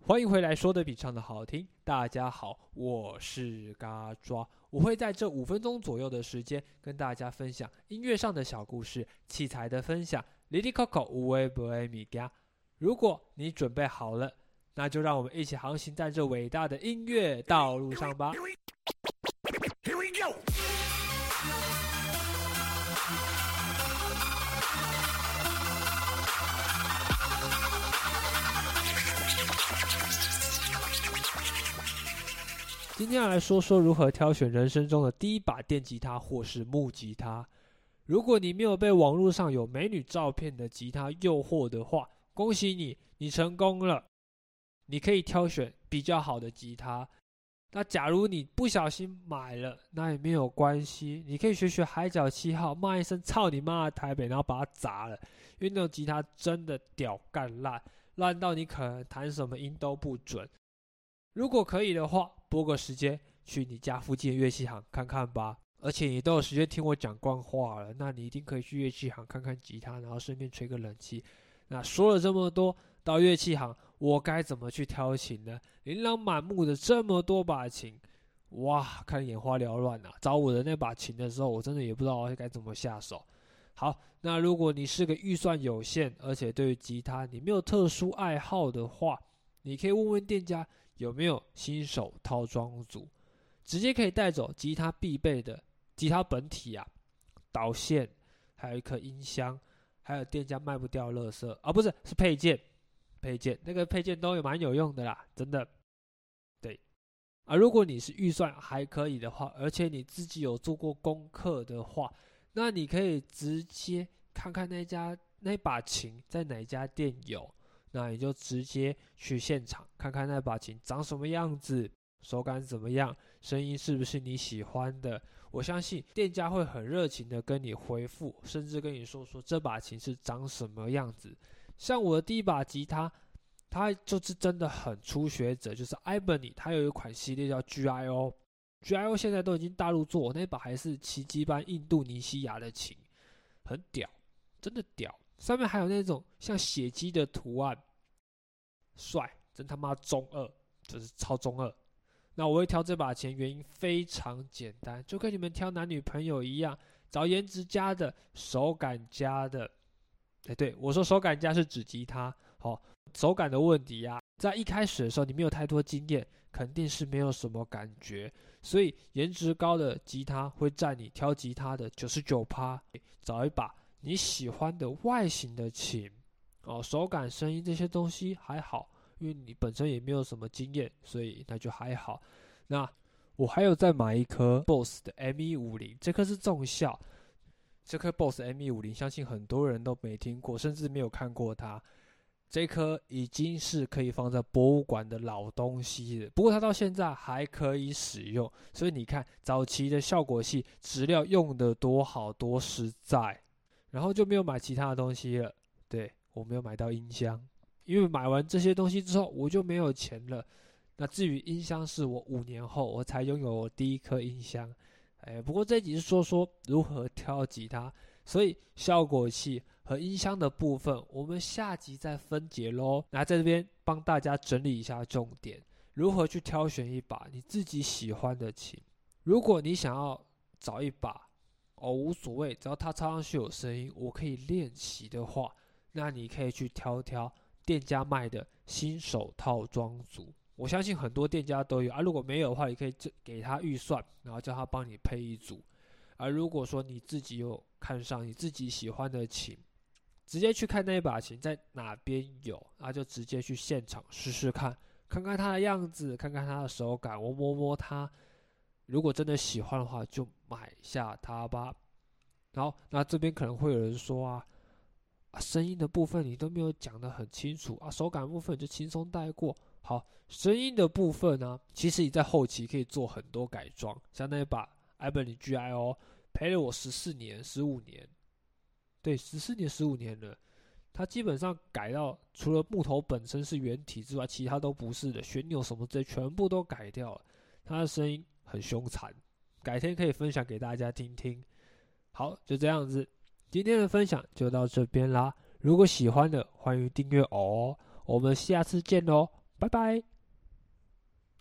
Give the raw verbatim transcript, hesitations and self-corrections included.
欢迎回来，说的比唱的好听。大家好，我是嘎抓，我会在这五分钟左右的时间跟大家分享音乐上的小故事、器材的分享。Lily Coco 无微不微米嘎。如果你准备好了，那就让我们一起航行在这伟大的音乐道路上吧。Here we go! 今天要来说说如何挑选人生中的第一把电吉他或是木吉他。如果你没有被网络上有美女照片的吉他诱惑的话，恭喜你，你成功了。你可以挑选比较好的吉他。那假如你不小心买了，那也没有关系，你可以学学海角七号，骂一声操你妈的台北，然后把它砸了。因为那种吉他真的屌干烂，烂到你可能弹什么音都不准。如果可以的话，拨个时间去你家附近的乐器行看看吧。而且你都有时间听我讲惯话了，那你一定可以去乐器行看看吉他，然后顺便吹个冷气。那说了这么多，到乐器行我该怎么去挑琴呢？琳琅满目的这么多把琴，哇，看眼花缭乱啊！找我的那把琴的时候，我真的也不知道该怎么下手。好，那如果你是个预算有限，而且对于吉他你没有特殊爱好的话，你可以问问店家有没有新手套装组，直接可以带走吉他必备的吉他本体啊、导线，还有一颗音箱，还有店家卖不掉垃圾啊，不是是配件，配件那个配件都有蛮有用的啦，真的。对啊，如果你是预算还可以的话，而且你自己有做过功课的话，那你可以直接看看那家那把琴在哪家店有。那你就直接去现场看看那把琴长什么样子，手感怎么样，声音是不是你喜欢的。我相信店家会很热情的跟你回复，甚至跟你说说这把琴是长什么样子。像我的第一把吉他，它就是真的很初学者，就是 Ibanez， 它有一款系列叫 G I O，G I O 现在都已经大陆做，那把还是奇迹般印度尼西亚的琴，很屌，真的屌。上面还有那种像血迹的图案，帅，真他妈中二，就是超中二。那我会挑这把琴，原因非常简单，就跟你们挑男女朋友一样，找颜值佳的，手感佳的。哎，对，我说手感佳是指吉他，好、哦，手感的问题啊，在一开始的时候你没有太多经验，肯定是没有什么感觉，所以颜值高的吉他会占你挑吉他的 百分之九十九， 找一把你喜欢的外形的琴，哦，手感、声音这些东西还好，因为你本身也没有什么经验，所以那就还好。那我还有再买一颗 B O S S 的 M 一五零， 这颗是重效。这颗 B O S S M 一五零 相信很多人都没听过，甚至没有看过它。这颗已经是可以放在博物馆的老东西了，不过它到现在还可以使用，所以你看早期的效果器质料用的多好多实在。然后就没有买其他的东西了，对，我没有买到音箱，因为买完这些东西之后我就没有钱了。那至于音箱，是我五年后我才拥有我第一颗音箱。哎，不过这一集是说说如何挑吉他，所以效果器和音箱的部分我们下集再分解咯。那在这边帮大家整理一下重点，如何去挑选一把你自己喜欢的琴。如果你想要找一把哦，无所谓，只要它插上去有声音，我可以练习的话，那你可以去挑挑店家卖的新手套装组。我相信很多店家都有啊，如果没有的话，你可以给他预算，然后叫他帮你配一组。而如果说你自己有看上你自己喜欢的琴，直接去看那一把琴在哪边有，然后就直接去现场试试看，看看它的样子，看看它的手感，我摸摸它。如果真的喜欢的话，就买下它吧。然后，那这边可能会有人说啊，啊声音的部分你都没有讲得很清楚啊，手感部分就轻松带过。好，声音的部分呢，其实你在后期可以做很多改装，像那把 Ibanez G I O 陪了我十四年、十五年，对，十四年、十五年了。它基本上改到除了木头本身是原体之外，其他都不是的，旋钮什么之类全部都改掉了。它的声音很凶残，改天可以分享给大家听听。好，就这样子，今天的分享就到这边啦。如果喜欢的，欢迎订阅哦。我们下次见喽， 拜拜。